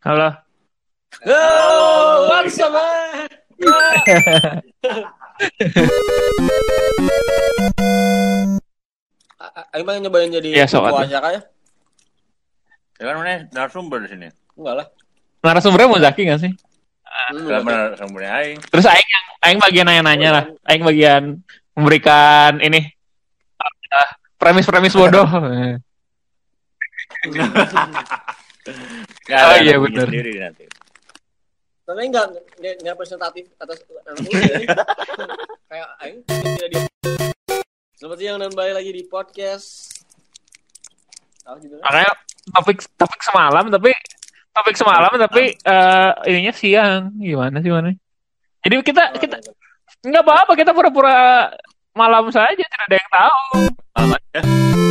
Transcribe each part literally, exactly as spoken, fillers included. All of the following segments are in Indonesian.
Halo. Oh, what's up, man? Ayo pengen nyobain jadi Ya, so pembawa acara ya? Ya kan mana narasumber di sini. Enggak lah. Narasumbernya mau Zaki nggak sih? Hmm, Kenapa udah. narasumbernya aing? Terus Aing yang Aing bagian nanya-nanya lah. Aing bagian memberikan ini uh, premis-premis bodoh. Ya, Oh, ada iya, punya bener. sendiri nanti. Tapi enggak enggak enggak presentatif atas narasumber ya. Kayak aing tidak dia. Selamat siang dan balik lagi di podcast. Tahu juga. Makanya topik topik semalam tapi topik semalam tapi uh, ininya siang. Gimana sih mana? Jadi kita kita nggak apa-apa, kita pura-pura malam saja, tidak ada yang tahu. Aman ya.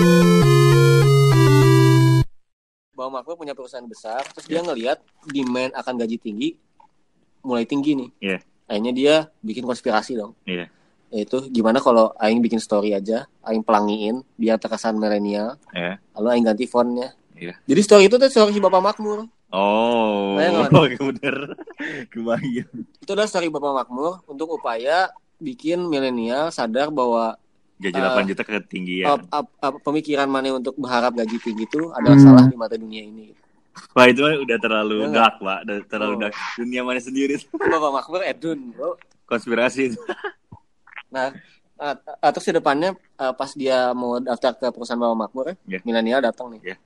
Bahwa Makmur punya perusahaan besar, terus dia ngelihat demand akan gaji tinggi mulai tinggi nih. Iya. Yeah. Akhirnya dia bikin konspirasi dong. Iya. Yeah. Yaitu gimana kalau aing bikin story aja, aing pelangiin biar terkesan milenial. Iya. Lalu aing ganti fontnya. Iya. Jadi story itu tuh story si Bapak Makmur. Oh. Bayang Oh, bener. Kebayang. Itu adalah story Bapak Makmur untuk upaya bikin milenial sadar bahwa Gaji Uh, delapan juta ketinggian. uh, uh, uh, pemikiran mana untuk berharap gaji tinggi itu adalah hmm. salah di mata dunia ini. Wah, itu udah terlalu Ya, dark, Pak. Udah terlalu Oh. dark. Dunia mana sendiri. Bapak Makmur Edun, bro. Konspirasi itu. Nah, uh, uh, terus di depannya uh, pas dia mau daftar ke perusahaan Bapak Makmur ya, Yeah. milenial datang nih. Yeah.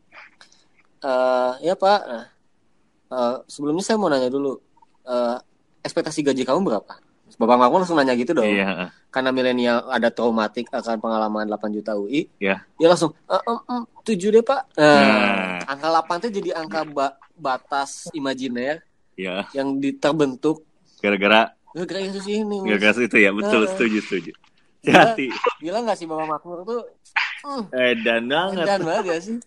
Uh, ya Pak, nah, uh, sebelumnya saya mau nanya dulu, uh, ekspektasi gaji kamu berapa? Bapak Makmur langsung nanya gitu dong. Iya. Karena milenial ada traumatik akan pengalaman delapan juta U I. Iya. Dia langsung uh, um, um, tujuh deh Pak. Nah, Nah. angka delapan itu jadi angka ba- batas imajiner Iya. yang terbentuk Gara-gara gara-gara Yesus ini. gara-gara itu ya, betul, Nah. setuju, setuju. Gila, Hati. gila nggak sih Bapak Makmur tuh? Hmm, Edan banget. edan banget ya sih.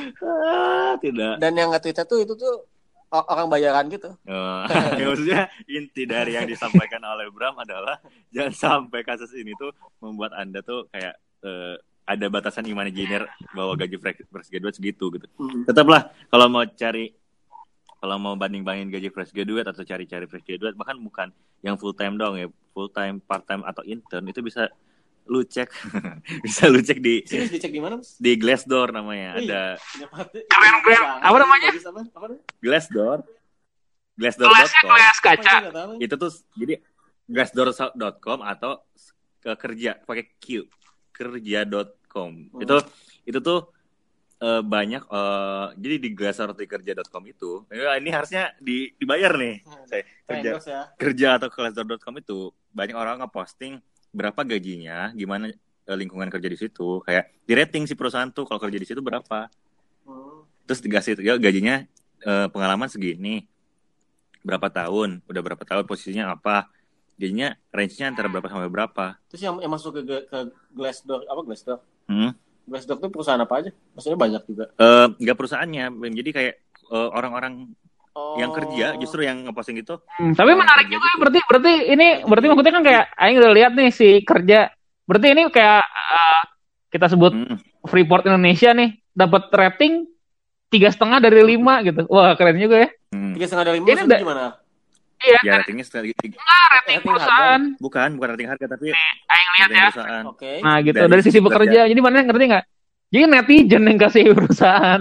Ah, tidak. Dan yang nge-tweet tuh itu tuh o- orang bayaran gitu. Oh, ya, maksudnya inti dari yang disampaikan oleh Bram adalah jangan sampai kasus ini tuh membuat Anda tuh kayak eh, ada batasan imajiner bahwa gaji fresh, fresh graduate segitu gitu. Hmm. Tetaplah kalau mau cari kalau mau banding-bandingin gaji fresh graduate atau cari-cari fresh graduate, bahkan bukan yang full time dong ya, full time, part time atau intern, itu bisa lu cek bisa lu cek di Sini dicek di mana, Mas? di Glassdoor namanya. Wih. Ada Keren, keren. Apa namanya? Apa? Apa namanya? Glassdoor. Glassdoor dot Kelasnya com. kelas kaca. Apa, nggak tahu. Itu tuh jadi glassdoor dot com atau ke kerja pakai Q kerja dot com. Hmm. Itu itu tuh eh, banyak eh, jadi di glassdoor kerja dot com itu eh, ini harusnya di, dibayar nih. Saya kerja Endorse ya. kerja atau glassdoor dot com itu banyak orang ngeposting berapa gajinya, gimana eh, lingkungan kerja di situ, kayak di rating si perusahaan tuh kalau kerja di situ berapa. Hmm. Terus dikasih ya gajinya eh, pengalaman segini, berapa tahun, udah berapa tahun, posisinya apa, gajinya range-nya antara berapa sampai berapa. Terus yang, yang masuk ke ke Glassdoor apa Glassdoor? Hmm? Glassdoor tuh perusahaan apa aja? Maksudnya banyak juga. Eh, nggak perusahaannya, jadi kayak eh, orang-orang Oh. yang kerja justru yang ngeposting itu. Hmm, tapi menarik juga ya, berarti berarti ini berarti maksudnya kan kayak Aing udah lihat nih si kerja. Berarti ini kayak uh, kita sebut Hmm. Freeport Indonesia nih dapat rating tiga setengah dari lima gitu. Wah, keren juga ya. Hmm. Tiga setengah dari lima Ini maksudnya da- gimana? Iya, Ya ratingnya sekali tiga. enggak rating rating perusahaan. Bukan, bukan rating harga tapi Aing lihat rating ya. perusahaan. Oke. Nah, gitu Dari dari, sisi sisi pekerja. Jadi mana ngerti nggak? Jadi netizen yang kasih perusahaan.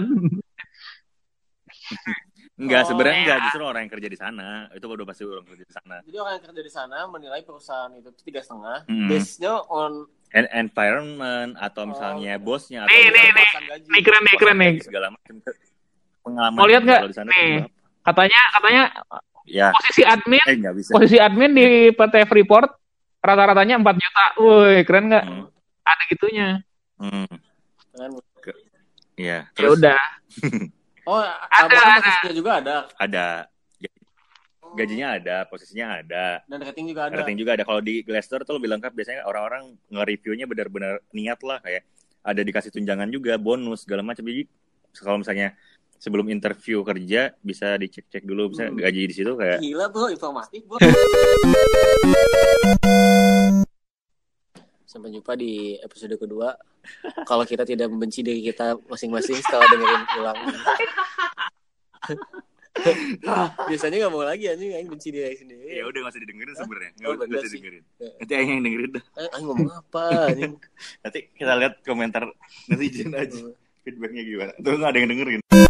Enggak, Oh. sebenarnya enggak, justru orang yang kerja di sana. Itu udah pasti orang kerja di sana. Jadi orang yang kerja di sana menilai perusahaan itu tuh tiga setengah. Hmm. Base-nya on En- environment atau misalnya Oh. bosnya atau Nih, nih, nih. kepuasan gaji. Nih keren nih, keren nih. segala macam pengalaman. Mau lihat nggak? kalau di sana Nih. tuh berapa? Katanya katanya Ya, posisi admin eh nggak bisa. posisi admin di P T Freeport rata-ratanya empat juta. Woi, keren nggak? Hmm. Ada gitunya. Hmm. Kan? Iya. Ya Terus udah. Oh, Ada, bahkan ada. posisinya juga ada. ada gajinya ada, posisinya ada, Dan rating juga ada. rating juga ada. Kalau di Glassdoor tuh lebih lengkap. Biasanya orang-orang nge-reviewnya benar-benar niat lah, kayak ada dikasih tunjangan juga, bonus segala macam. Jadi kalau misalnya sebelum interview kerja bisa dicek-cek dulu, bisa Hmm. gaji di situ kayak. Gila bro, informatif bro. Sampai jumpa di episode kedua. Kalau kita tidak membenci diri kita masing-masing setelah dengerin ulang. Biasanya nggak mau lagi anjing, aing benci diri aing sendiri. Ya udah nggak usah didengerin sebenarnya. Oh, Nggak bener usah sih. didengerin. Ya. Nanti aing yang dengerin dah. Aing aing ngomong apa anjing? Nanti kita lihat komentar netizen aja feedbacknya gimana. Tuh nggak ada yang dengerin.